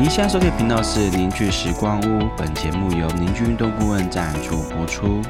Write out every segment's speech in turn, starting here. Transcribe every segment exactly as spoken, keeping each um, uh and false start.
您现在收听的频道是凝聚时光屋，本节目由凝聚运动顾问赞助播出。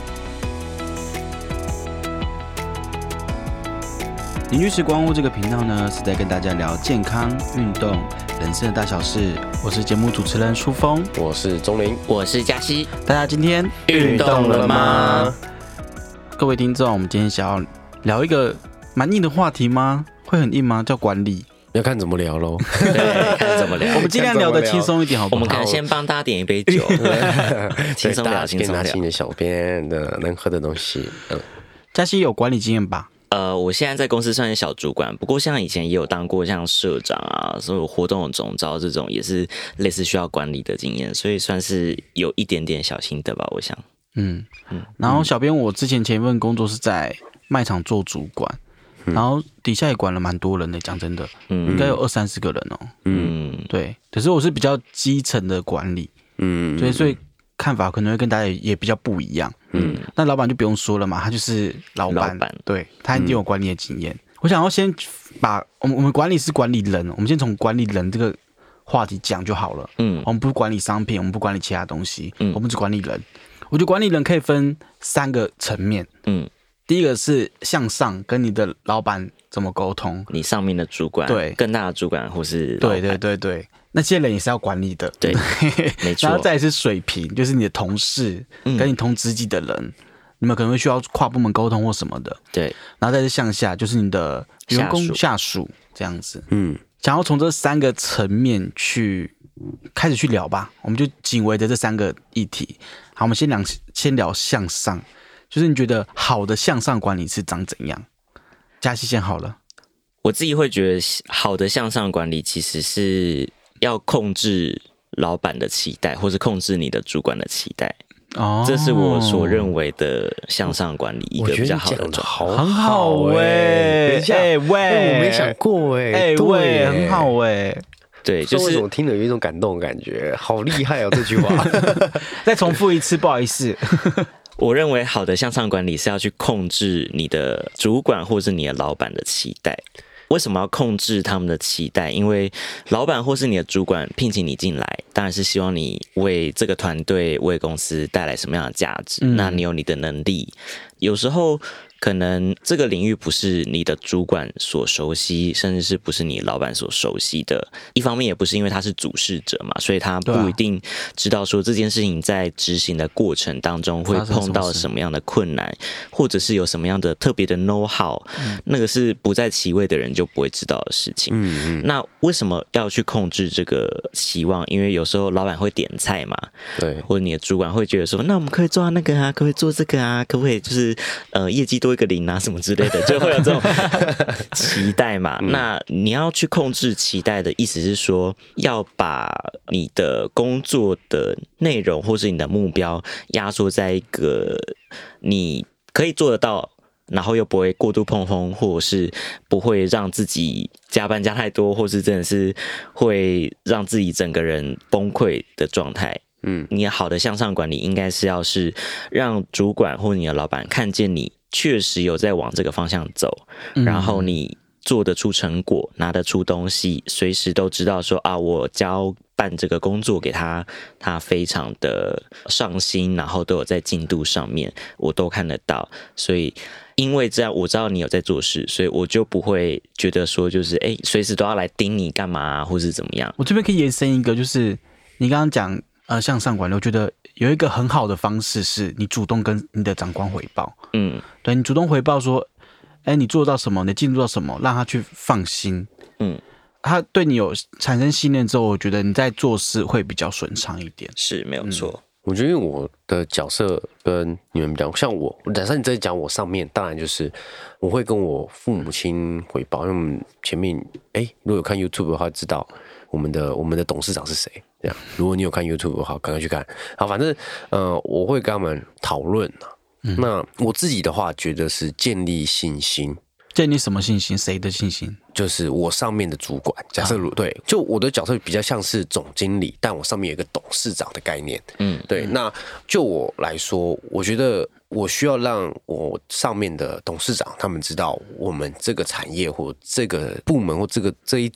凝聚时光屋这个频道呢，是在跟大家聊健康、运动、人生的大小事。我是节目主持人舒峰， 我是钟林， 我是嘉熙。 大家今天运动了吗？ 各位听众，我们今天想要聊一个蛮硬的话题吗？会很硬吗？叫管理。 要看怎么聊咯。 对，看怎么聊。 我们尽量聊得轻松一点，好不好？ 我们可能先帮大家点一杯酒，轻松聊，轻松聊。 拿起你的小便的能喝的东西。嗯， 嘉熙有管理经验吧？ 呃，我现在在公司算是小主管，不过像以前也有当过像社长啊，所有活动的总召这种，也是类似需要管理的经验，所以算是有一点点小心得吧，我想。 嗯嗯。然后小编，我之前前一份工作是在卖场做主管。然后底下也管了蛮多人的，讲真的，嗯、应该有二三十个人哦。嗯，对。可是我是比较基层的管理，嗯，所以所以看法可能会跟大家也比较不一样。嗯，那老板就不用说了嘛，他就是老板，老板对他一定有管理的经验。嗯、我想要先把我们我们管理是管理人，我们先从管理人这个话题讲就好了。嗯，我们不管理商品，我们不管理其他东西，嗯，我们只管理人。我觉得管理人可以分三个层面。嗯。第一个是向上跟你的老板怎么沟通， 你上面的主管，对，更大的主管或是对对对对，那些人也是要管理的， 对，没错。 然后再来是水平，就是你的同事跟你同职级的人，嗯、你们可能会需要跨部门沟通或什么的， 对。 然后再是向下，就是你的员工下属这样子，嗯。想要从这三个层面去开始去聊吧，我们就紧围着这三个议题。好，我们先聊先聊向上。就是你觉得好的向上管理是长怎样？嘉熙先好了。 我自己会觉得好的向上管理其实是要控制老板的期待，或是控制你的主管的期待。哦，这是我所认为的向上管理一个比较好的状态。 很好哎，哎喂， 我没想过哎， 哎喂，很好哎。 对，就是我听了有一种感动的感觉，好厉害哦这句话。 再重复一次，不好意思。 我认为好的向上管理是要去控制你的主管或是你的老板的期待。为什么要控制他们的期待？因为老板或是你的主管聘请你进来，当然是希望你为这个团队、为公司带来什么样的价值。嗯、那你有你的能力，有时候可能这个领域不是你的主管所熟悉，甚至是不是你老板所熟悉的。一方面也不是因为他是主事者嘛，所以他不一定知道说这件事情在执行的过程当中会碰到什么样的困难，或者是有什么样的特别的 know how，嗯、那个是不在其位的人就不会知道的事情。嗯嗯，那为什么要去控制这个期望？因为有时候老板会点菜嘛， 对， 或者你的主管会觉得说，那我们可以做那个啊，可不可以做这个啊，可不可以就是呃业绩多一个零啊什么之类的，就会有这种期待嘛。嗯、那你要去控制期待的意思是说，要把你的工作的内容或是你的目标压缩在一个你可以做得到，然后又不会过度碰风，或者是不会让自己加班加太多，或是真的是会让自己整个人崩溃的状态。嗯，你好的向上管理应该是要是让主管或你的老板看见你确实有在往这个方向走，嗯、然后你做得出成果，拿得出东西，随时都知道说啊，我交办这个工作给他，他非常的上心，然后都有在进度上面，我都看得到，所以。因为这样我知道你有在做事，所以我就不会觉得说就是哎，随时都要来盯你干嘛、啊，或是怎么样。 我这边可以延伸一个，就是你刚刚讲呃向上管理，我觉得有一个很好的方式是你主动跟你的长官回报。嗯，对你主动回报说，哎，你做到什么，你进入到什么，让他去放心。嗯，他对你有产生信任之后，我觉得你在做事会比较顺畅一点。 是没有错。嗯我觉得因为我的角色跟你们比较像我，假设你在讲我上面，当然就是我会跟我父母亲回报，因为我们前面哎，如果有看 YouTube 的话，知道我们的我们的董事长是谁。这样，如果你有看 YouTube 的话，赶快去看。好，反正呃，我会跟他们讨论啊。嗯、那我自己的话，觉得是建立信心。 建立什么信心？谁的信心？ 就是我上面的主管。假设对，就我的角色比较像是总经理，但我上面有一个董事长的概念。嗯，对。那就我来说，我觉得我需要让我上面的董事长他们知道，我们这个产业或这个部门或这个这一组，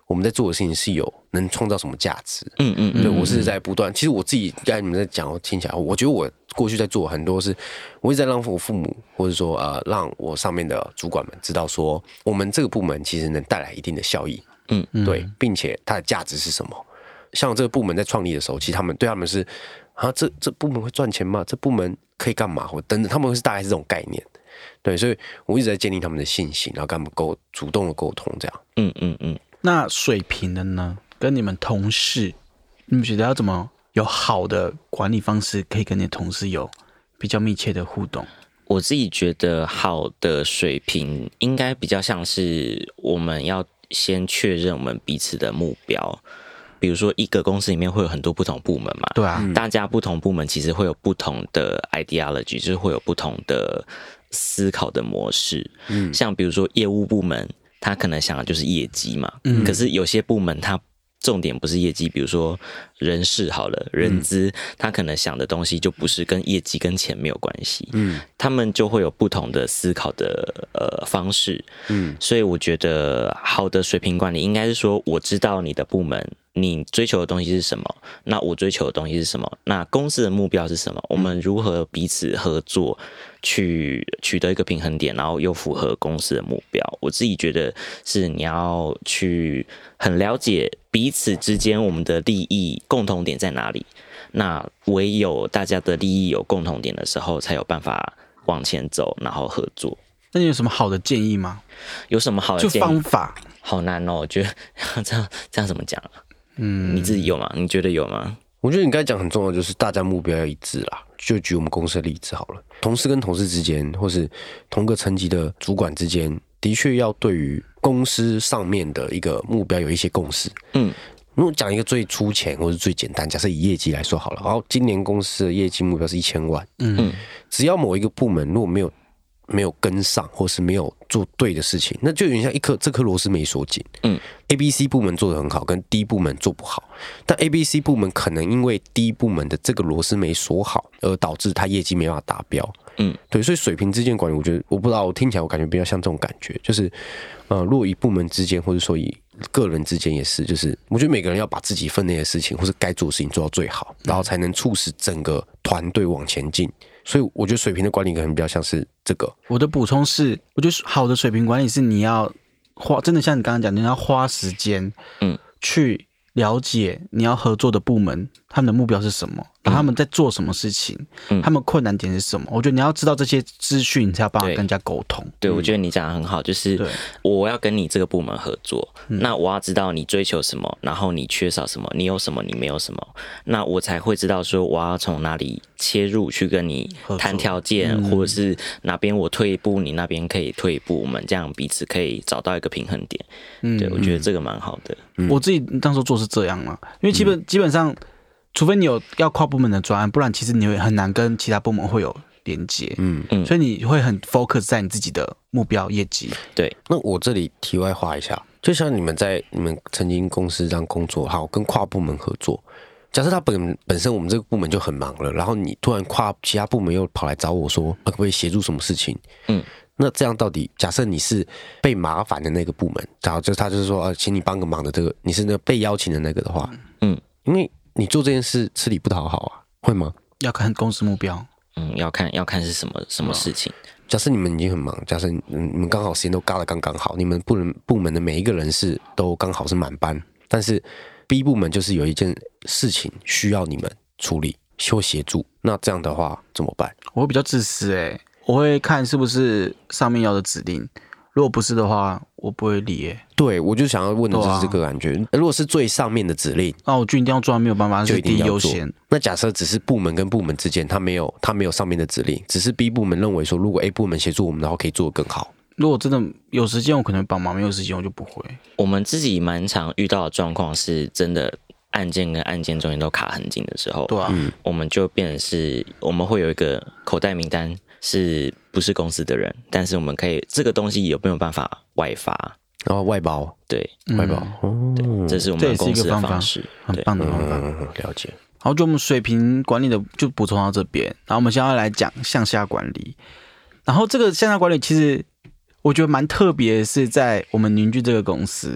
我们在做的事情是有能创造什么价值。 嗯嗯嗯， 对，我是在不断。其实我自己刚才你们在讲，我听起来，我觉得我过去在做很多是，我一直在让我父母，或者说呃，让我上面的主管们知道说，我们这个部门其实能带来一定的效益。 嗯， 对，并且它的价值是什么？像这个部门在创立的时候，其实他们对他们是啊，这这部门会赚钱吗？这部门可以干嘛？或等等，他们是大概是这种概念。对，所以我一直在建立他们的信心，然后跟他们沟主动的沟通，这样。 嗯嗯嗯。 那水平的呢？跟你们同事，你们觉得要怎么有好的管理方式，可以跟你的同事有比较密切的互动？ 我自己觉得好的水平应该比较像是我们要先确认我们彼此的目标。比如说一个公司里面会有很多不同部门嘛， 对啊， 大家不同部门其实会有不同的 ideology， 就是会有不同的思考的模式。嗯，像比如说业务部门，他可能想的就是业绩嘛，嗯，可是有些部门他重点不是业绩，比如说人事好了，人资、嗯，他可能想的东西就不是跟业绩跟钱没有关系，嗯，他们就会有不同的思考的呃方式，嗯，所以我觉得好的水平管理应该是说，我知道你的部门你追求的东西是什么，那我追求的东西是什么，那公司的目标是什么，我们如何彼此合作去取得一个平衡点，然后又符合公司的目标。我自己觉得是你要去很了解彼此之间我们的利益共同点在哪里，那唯有大家的利益有共同点的时候，才有办法往前走，然后合作。 那你有什么好的建议吗？ 有什么好的建议？ 就方法， 好难哦，我觉得这样这样怎么讲啊？嗯，你自己有吗？你觉得有吗？ 我觉得你刚才讲很重要，就是大家目标要一致啦。就举我们公司的例子好了，同事跟同事之间，或是同个层级的主管之间，的确要对于公司上面的一个目标有一些共识。嗯，如果讲一个最粗浅或是最简单，假设以业绩来说好了，然后今年公司的业绩目标是一千万，嗯，只要某一个部门如果没有没有跟上，或是没有做对的事情，那就有点像一颗这颗螺丝没锁紧。嗯 ，A、B、C 部门做得很好，跟 D 部门做不好，但 A、B、C 部门可能因为 D 部门的这个螺丝没锁好，而导致他业绩没办法达标。嗯，对，所以水平之间管理，我觉得我不知道，我听起来我感觉比较像这种感觉，就是呃，如果以部门之间，或者说以个人之间也是，就是我觉得每个人要把自己分内的事情或是该做的事情做到最好，然后才能促使整个团队往前进。所以我觉得水平的管理可能比较像是这个。 我的补充是，我觉得好的水平管理是你要花，真的像你刚刚讲，你要花时间，嗯，去了解你要合作的部门他们的目标是什么，然后他们在做什么事情，嗯、他们困难点是什么。我觉得你要知道这些资讯，你才有办法跟人家沟通。 对，我觉得你讲得很好，就是我要跟你这个部门合作，嗯、那我要知道你追求什么，然后你缺少什么，你有什么，你没有什么，那我才会知道说我要从哪里切入去跟你谈条件，嗯、或者是哪边我退一步，你那边可以退一步，我们这样彼此可以找到一个平衡点。嗯，对，我觉得这个蛮好的。 嗯、我自己当时做是这样嘛，因为基本、嗯、基本上。除非你有要跨部门的专案，不然其实你会很难跟其他部门会有连接。嗯嗯，所以你会很 focus 在你自己的目标业绩。 对， 那我这里题外话一下，就像你们在你们曾经公司这样工作，好跟跨部门合作。假设他本本身我们这个部门就很忙了，然后你突然跨其他部门又跑来找我说，可不可以协助什么事情？嗯，那这样到底假设你是被麻烦的那个部门，然后就他就是说，呃，请你帮个忙的这个，你是那个被邀请的那个的话，嗯，因为。你做这件事吃力不讨好啊，会吗？ 要看公司目标， 嗯，要看要看是什么什么事情。 假设你们已经很忙，假设你们刚好时间都嘎得刚刚好，你们部门部门的每一个人事都刚好是满班，但是 B 部门就是有一件事情需要你们处理或协助，那这样的话怎么办？ 我会比较自私哎、欸，我会看是不是上面要的指令。如果不是的话，我不会理耶。 对，我就想要问的就是这个感觉。啊、如果是最上面的指令， 那我就一定要做，没有办法， 就一定要优先。 那假设只是部门跟部门之间，他没有他没有上面的指令，只是 B 部门认为说，如果 A 部门协助我们，然后可以做得更好。 如果真的有时间，我可能帮忙；没有时间，我就不会。 我们自己蛮常遇到的状况是，真的案件跟案件中间都卡很紧的时候， 对啊， 嗯、我们就变成是，我们会有一个口袋名单。是不是公司的人？但是我们可以这个东西有没有办法外发？ 然后、哦、外包， 对， 外包， 嗯、对，这是我们公司的方式， 很棒的方法。 嗯、了解。 好，就我们水平管理的就补充到这边，然后我们现在要来讲向下管理。然后这个向下管理其实我觉得蛮特别的是，在我们凝聚这个公司，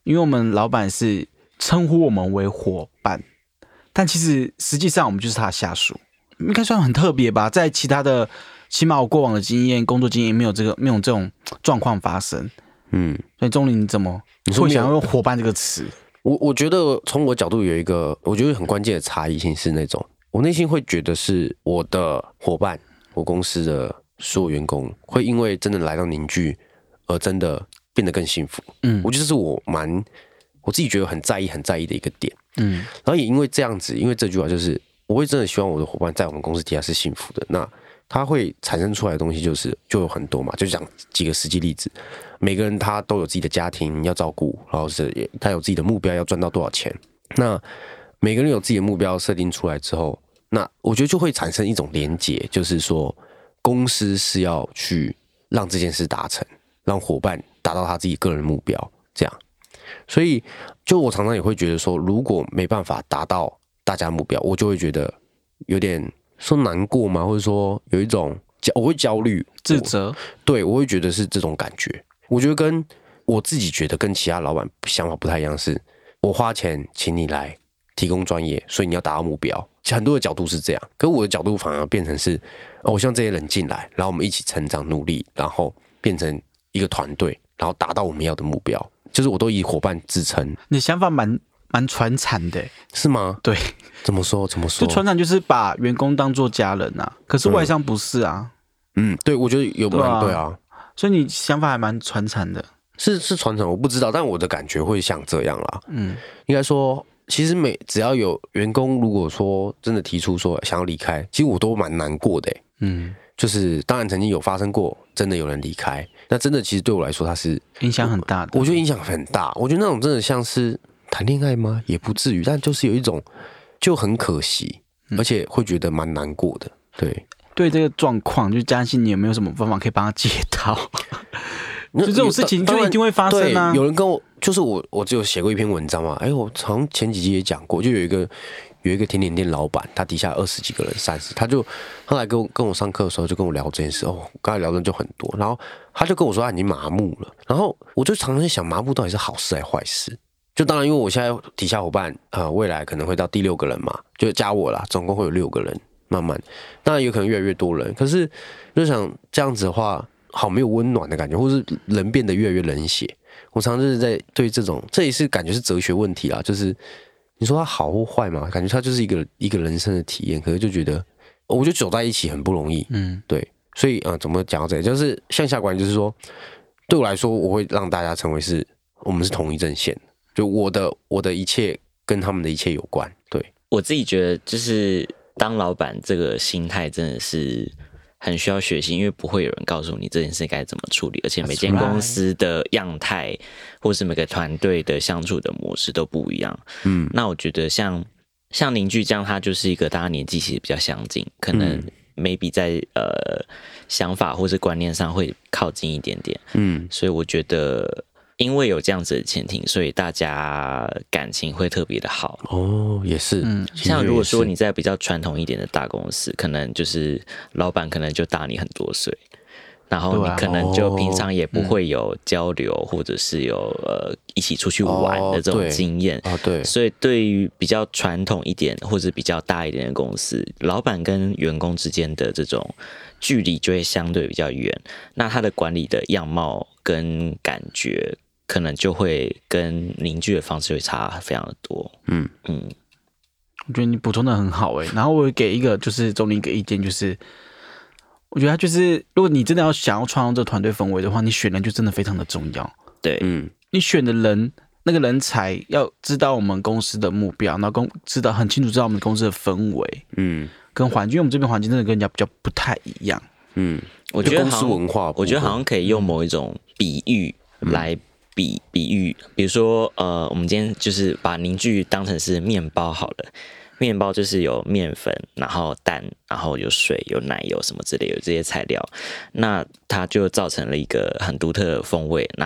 因为我们老板是称呼我们为伙伴，但其实实际上我们就是他的下属，应该算很特别吧？在其他的，起码我过往的经验、工作经验没有这个没有这种状况发生。嗯，所以钟林你怎么会想要用伙伴这个词？ 我我觉得从我角度有一个我觉得很关键的差异性是那种，我内心会觉得是我的伙伴，我公司的所有员工会因为真的来到凝聚而真的变得更幸福。嗯，我觉得这是我蛮我自己觉得很在意很在意的一个点。嗯，然后也因为这样子，因为这句话就是我会真的希望我的伙伴在我们公司底下是幸福的。那它会产生出来的东西就是就有很多嘛，就讲几个实际例子。每个人他都有自己的家庭要照顾，然后是他有自己的目标要赚到多少钱。那每个人有自己的目标设定出来之后，那我觉得就会产生一种连结，就是说公司是要去让这件事达成，让伙伴达到他自己个人目标，这样。所以就我常常也会觉得说，如果没办法达到大家目标，我就会觉得有点说难过嘛，或者说有一种我会焦虑、 自责。 对，我会觉得是这种感觉。我觉得跟我自己觉得跟其他老板想法不太一样，是我花钱请你来提供专业，所以你要达到目标。很多的角度是这样，可是我的角度反而变成是，哦，我希望这些人进来，然后我们一起成长努力，然后变成一个团队，然后达到我们要的目标。就是我都以伙伴自称。 你的想法蛮蛮传产的， 是吗？ 对， 怎么说？怎么说？ 就传产就是把员工当作家人啊，可是外商不是啊。 嗯，嗯对，我觉得有蛮 对,、啊、对啊。 所以你想法还蛮传产的。 是是传承，我不知道，但我的感觉会像这样啦。嗯，应该说，其实每只要有员工如果说真的提出说想要离开，其实我都蛮难过的。嗯，就是当然曾经有发生过，真的有人离开，那真的其实对我来说，它是影响很大的。 我觉得影响很大，我觉得那种真的像是谈恋爱吗？也不至于，但就是有一种就很可惜，而且会觉得蛮难过的。对， 对这个状况，就嘉信，你有没有什么方法可以帮他解套？就这种事情就一定会发生啊！ 有人跟我，就是我，我只有写过一篇文章嘛。哎，我好像前几集也讲过，就有一个有一个甜点店老板，他底下二十几个人、三十，他就后来跟我跟我上课的时候就跟我聊这件事。哦，刚才聊的就很多，然后他就跟我说他已经麻木了。然后我就常常在想，麻木到底是好事还是坏事？就当然，因为我现在底下伙伴，呃，未来可能会到第六个人嘛，就加我啦，总共会有六个人，慢慢，当然有可能越来越多人。可是就想这样子的话。好没有温暖的感觉，或是人变得越来越冷血。我常常就是在对这种，这也是感觉是哲学问题啦。就是你说它好或坏嘛，感觉它就是一个一个人生的体验。可是就觉得，我觉得走在一起很不容易。嗯，对。所以啊、呃，怎么讲到这里，就是向下管，就是说，对我来说，我会让大家成为是我们是同一阵线。就我的我的一切跟他们的一切有关。对我自己觉得，就是当老板这个心态真的是。很需要学习，因为不会有人告诉你这件事该怎么处理，而且每间公司的样态或是每个团队的相处的模式都不一样。嗯，那我觉得像像凝聚这样，它就是一个大家年纪其实比较相近，可能 maybe 在呃想法或是观念上会靠近一点点。嗯，所以我觉得。因为有这样子的前提，所以大家感情会特别的好哦，也是。嗯， 像如果说你在比较传统一点的大公司，可能就是老板可能就大你很多岁，然后你可能就平常也不会有交流，或者是有呃一起出去玩的这种经验啊。对， 所以对于比较传统一点或者比较大一点的公司，老板跟员工之间的这种距离就会相对比较远，那他的管理的样貌跟感觉。可能就会跟凝聚的方式会差非常的多。嗯嗯， 我觉得你补充的很好哎、欸。然后我给一个就是钟林一个意见，就是我觉得他就是如果你真的要想要创造这个团队氛围的话，你选人就真的非常的重要。 对，嗯， 你选的人那个人才要知道我们公司的目标，然后公知道很清楚知道我们公司的氛围，嗯，跟环境，因为我们这边环境真的跟人家比较不太一样。 嗯， 我觉得公司文化， 我觉得好像可以用某一种比喻来。比比喻，比如说，呃，我们今天就是把凝聚当成是面包好了。面包就是有面粉，然后蛋，然后有水，有奶油什么之类，有这些材料，那它就造成了一个很独特的风味。那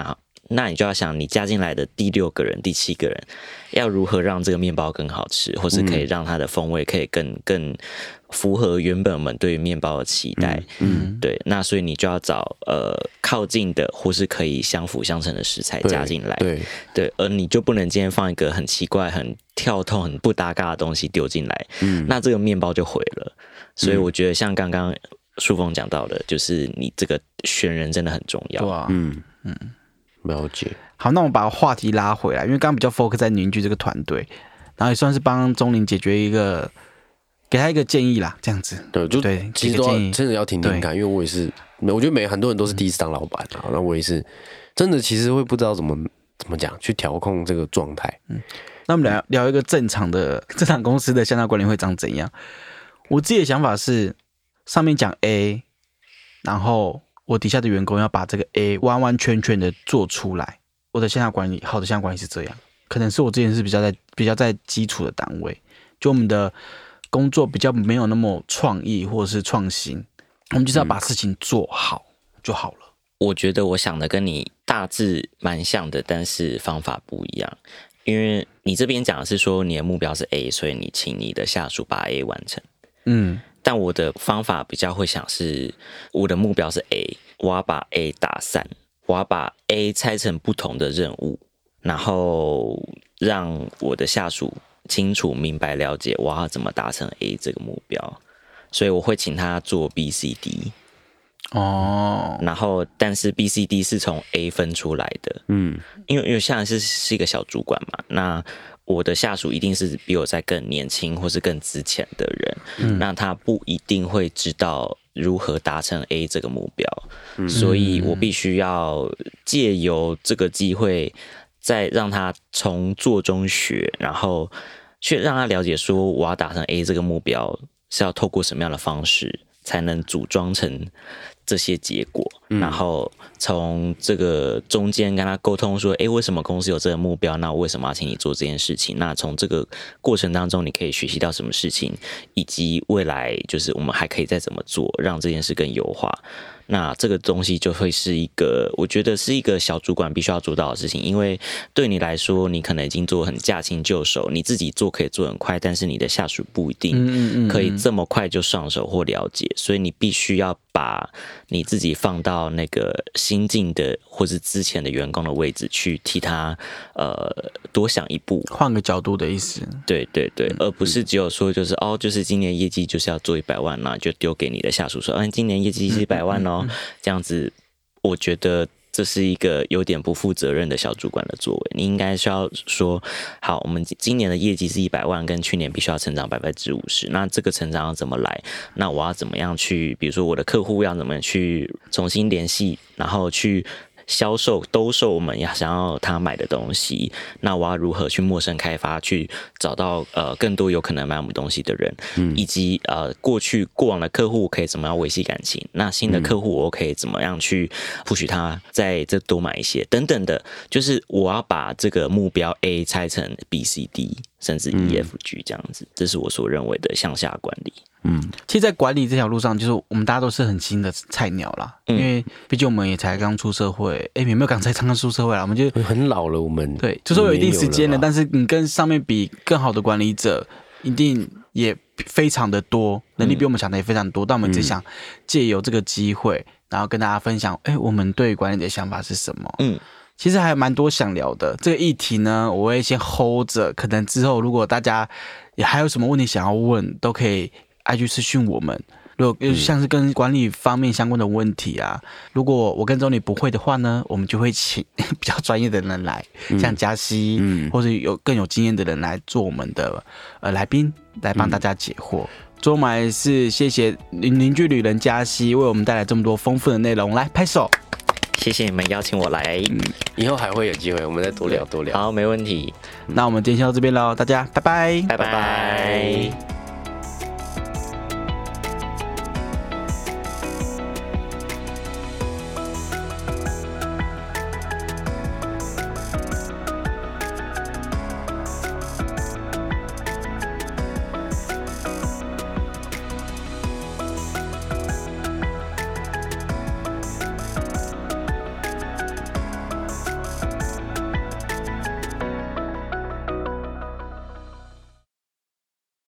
那你就要想，你加进来的第六个人、第七个人，要如何让这个面包更好吃，或是可以让它的风味可以更更符合原本我们对于面包的期待。嗯，对。那所以你就要找呃靠近的，或是可以相辅相成的食材加进来。 对对，而你就不能今天放一个很奇怪、很跳痛、很不搭嘎的东西丢进来，嗯，那这个面包就毁了。所以我觉得像刚刚树峰讲到的，就是你这个选人真的很重要。 对啊， 嗯嗯。了解。 好，那我们把话题拉回来，因为刚刚比较 focus 在凝聚这个团队，然后也算是帮钟林解决一个，给他一个建议啦，这样子。 对，就对， 其实都要真的要听听看，因为我也是，我觉得每很多人都是第一次当老板啊，那我也是真的其实会不知道怎么怎么讲去调控这个状态。嗯， 那我们聊聊一个正常的正常公司的向下管理会长怎样？我自己的想法是，上面讲 A， 然后我底下的员工要把这个 A 完完全全的做出来。我的线下管理，好的线下管理是这样，可能是我之前是比较在比较在基础的单位，就我们的工作比较没有那么创意或者是创新，我们就是要把事情做好就好了。 我觉得我想的跟你大致蛮像的，但是方法不一样。因为你这边讲的是说你的目标是 A， 所以你请你的下属把 A 完成。嗯。但我的方法比较会想是，我的目标是 A， 我要把 A 打散，我要把 A 拆成不同的任务，然后让我的下属清楚明白了解我要怎么达成 A 这个目标，所以我会请他做 B、C、D。哦，然后但是 B、C、D 是从 A 分出来的，嗯，因为因为像是是一个小主管嘛，那我的下属一定是比我在更年轻或是更资浅的人，嗯，那他不一定会知道如何达成 A 这个目标，嗯，所以我必须要借由这个机会，再让他从做中学，然后去让他了解说我要达成 A 这个目标是要透过什么样的方式才能组装成这些结果，嗯，然后从这个中间跟他沟通说，哎，为什么公司有这个目标？那我为什么要请你做这件事情？那从这个过程当中，你可以学习到什么事情，以及未来就是我们还可以再怎么做，让这件事更优化。那这个东西就会是一个，我觉得是一个小主管必须要做到的事情，因为对你来说，你可能已经做很驾轻就熟，你自己做可以做很快，但是你的下属不一定可以这么快就上手或了解，所以你必须要把你自己放到那个新进的或是之前的员工的位置去替他呃多想一步， 换个角度的意思。 对对对，而不是只有说就是哦，就是今年业绩就是要做一百万，那就丢给你的下属说，嗯、啊，今年业绩是一百万哦。这样子，我觉得这是一个有点不负责任的小主管的作为。你应该需要说，好，我们今年的业绩是一百万，跟去年必须要成长百分之五十。那这个成长要怎么来？那我要怎么样去？比如说我的客户要怎么去重新联系，然后去销售兜售我们要想要他买的东西，那我要如何去陌生开发，去找到呃更多有可能买我们东西的人，嗯，以及呃过去过往的客户可以怎么样维系感情，那新的客户我可以怎么样去 push 他再再多买一些等等的，就是我要把这个目标 A 拆成 B、C、D 甚至 E、F、G 这样子，这是我所认为的向下管理。 嗯，其实，在管理这条路上，就是我们大家都是很新的菜鸟啦，嗯、因为毕竟我们也才刚出社会，哎、欸，也没有刚才刚出社会啦，我们就很老了。我们对，就说有一定时间了，但是你跟上面比更好的管理者，一定也非常的多，能力比我们强的也非常多。嗯、但我们只想借由这个机会，然后跟大家分享，哎、欸，我们对管理的想法是什么？嗯。其实还有蛮多想聊的，这个议题呢，我会先 hold 着，可能之后如果大家也还有什么问题想要问，都可以 I G 私讯我们。如果像是跟管理方面相关的问题啊，如果我跟周你不会的话呢，我们就会请比较专业的人来，像嘉熙，嗯，或者有更有经验的人来做我们的呃来宾，来帮大家解惑。最后我们还是谢谢凝聚旅人嘉熙为我们带来这么多丰富的内容，来拍手。 谢谢你们邀请我来，嗯， 以后还会有机会，我们再多聊多聊。 好，没问题。 那我们今天先到这边喽，大家拜拜， 拜拜。